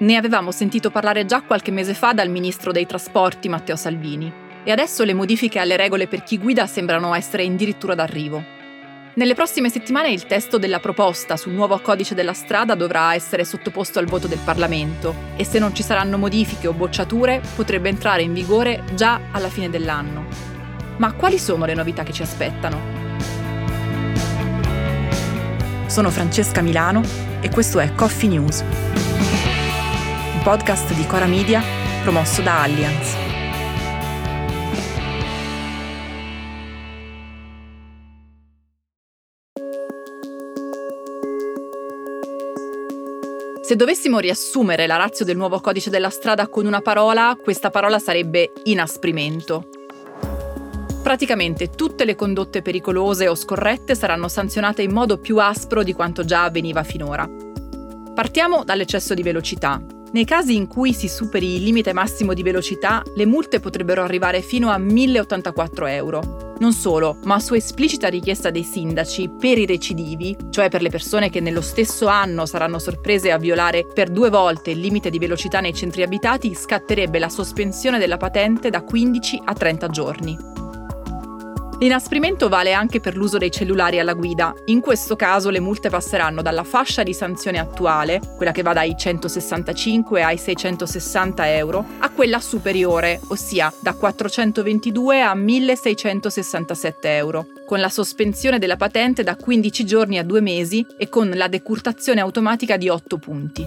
Ne avevamo sentito parlare già qualche mese fa dal ministro dei trasporti Matteo Salvini e adesso le modifiche alle regole per chi guida sembrano essere addirittura d'arrivo. Nelle prossime settimane il testo della proposta sul nuovo codice della strada dovrà essere sottoposto al voto del Parlamento e se non ci saranno modifiche o bocciature potrebbe entrare in vigore già alla fine dell'anno. Ma quali sono le novità che ci aspettano? Sono Francesca Milano e questo è Coffee News, un podcast di Cora Media promosso da Allianz. Se dovessimo riassumere la ratio del nuovo codice della strada con una parola, questa parola sarebbe inasprimento. Praticamente tutte le condotte pericolose o scorrette saranno sanzionate in modo più aspro di quanto già avveniva finora. Partiamo dall'eccesso di velocità. Nei casi in cui si superi il limite massimo di velocità, le multe potrebbero arrivare fino a 1.084 euro. Non solo, ma su esplicita richiesta dei sindaci, per i recidivi, cioè per le persone che nello stesso anno saranno sorprese a violare per 2 volte il limite di velocità nei centri abitati, scatterebbe la sospensione della patente da 15 a 30 giorni. L'inasprimento vale anche per l'uso dei cellulari alla guida. In questo caso le multe passeranno dalla fascia di sanzione attuale, quella che va dai 165 ai 660 euro, a quella superiore, ossia da 422 a 1.667 euro, con la sospensione della patente da 15 giorni a 2 mesi e con la decurtazione automatica di 8 punti.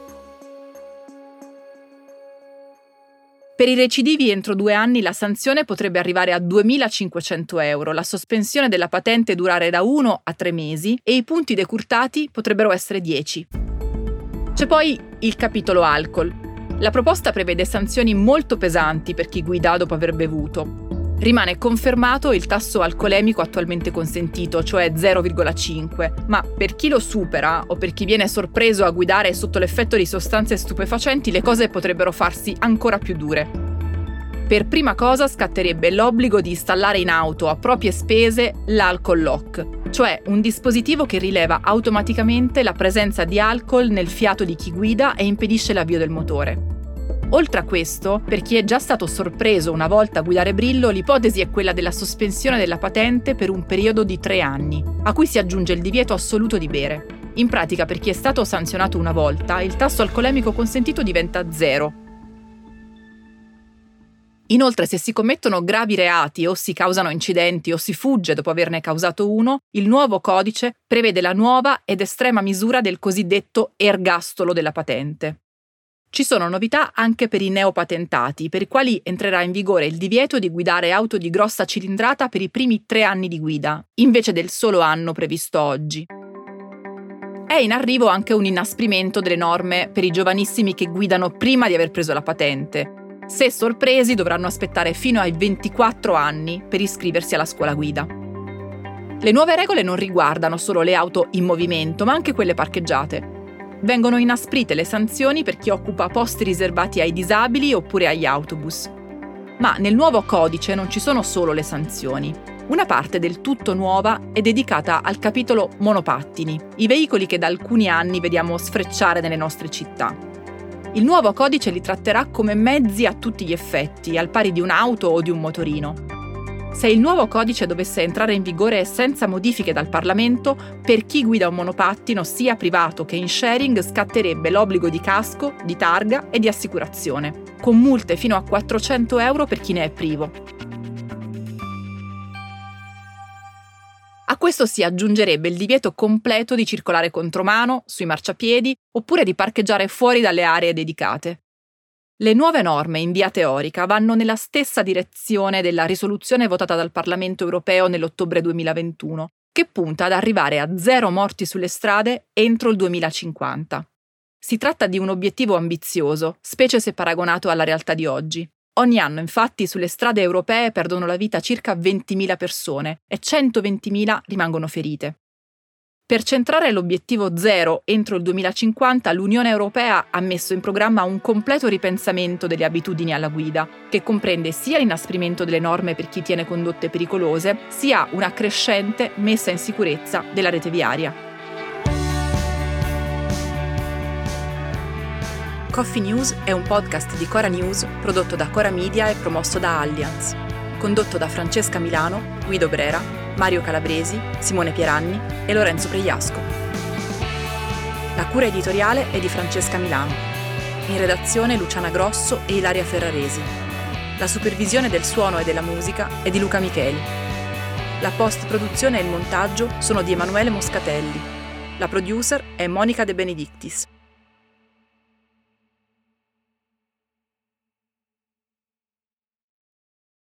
Per i recidivi entro 2 anni la sanzione potrebbe arrivare a 2.500 euro, la sospensione della patente durare da 1 a 3 mesi e i punti decurtati potrebbero essere 10. C'è poi il capitolo alcol. La proposta prevede sanzioni molto pesanti per chi guida dopo aver bevuto. Rimane confermato il tasso alcolemico attualmente consentito, cioè 0,5, ma per chi lo supera o per chi viene sorpreso a guidare sotto l'effetto di sostanze stupefacenti le cose potrebbero farsi ancora più dure. Per prima cosa scatterebbe l'obbligo di installare in auto a proprie spese l'alcol lock, cioè un dispositivo che rileva automaticamente la presenza di alcol nel fiato di chi guida e impedisce l'avvio del motore. Oltre a questo, per chi è già stato sorpreso una volta a guidare Brillo, l'ipotesi è quella della sospensione della patente per un periodo di 3 anni, a cui si aggiunge il divieto assoluto di bere. In pratica, per chi è stato sanzionato una volta, il tasso alcolemico consentito diventa 0. Inoltre, se si commettono gravi reati o si causano incidenti o si fugge dopo averne causato uno, il nuovo codice prevede la nuova ed estrema misura del cosiddetto ergastolo della patente. Ci sono novità anche per i neopatentati, per i quali entrerà in vigore il divieto di guidare auto di grossa cilindrata per i primi 3 anni di guida, invece del solo anno previsto oggi. È in arrivo anche un inasprimento delle norme per i giovanissimi che guidano prima di aver preso la patente. Se sorpresi dovranno aspettare fino ai 24 anni per iscriversi alla scuola guida. Le nuove regole non riguardano solo le auto in movimento, ma anche quelle parcheggiate. Vengono inasprite le sanzioni per chi occupa posti riservati ai disabili oppure agli autobus. Ma nel nuovo codice non ci sono solo le sanzioni. Una parte del tutto nuova è dedicata al capitolo monopattini, i veicoli che da alcuni anni vediamo sfrecciare nelle nostre città. Il nuovo codice li tratterà come mezzi a tutti gli effetti, al pari di un'auto o di un motorino. Se il nuovo codice dovesse entrare in vigore senza modifiche dal Parlamento, per chi guida un monopattino sia privato che in sharing scatterebbe l'obbligo di casco, di targa e di assicurazione, con multe fino a 400 euro per chi ne è privo. A questo si aggiungerebbe il divieto completo di circolare contromano, sui marciapiedi, oppure di parcheggiare fuori dalle aree dedicate. Le nuove norme in via teorica vanno nella stessa direzione della risoluzione votata dal Parlamento europeo nell'ottobre 2021, che punta ad arrivare a 0 morti sulle strade entro il 2050. Si tratta di un obiettivo ambizioso, specie se paragonato alla realtà di oggi. Ogni anno, infatti, sulle strade europee perdono la vita circa 20.000 persone e 120.000 rimangono ferite. Per centrare l'obiettivo 0 entro il 2050, l'Unione Europea ha messo in programma un completo ripensamento delle abitudini alla guida, che comprende sia l'inasprimento delle norme per chi tiene condotte pericolose, sia una crescente messa in sicurezza della rete viaria. Coffee News è un podcast di Cora News prodotto da Cora Media e promosso da Allianz. Condotto da Francesca Milano, Guido Brera, Mario Calabresi, Simone Pieranni e Lorenzo Pregliasco. La cura editoriale è di Francesca Milano. In redazione Luciana Grosso e Ilaria Ferraresi. La supervisione del suono e della musica è di Luca Micheli. La post-produzione e il montaggio sono di Emanuele Moscatelli. La producer è Monica De Benedictis.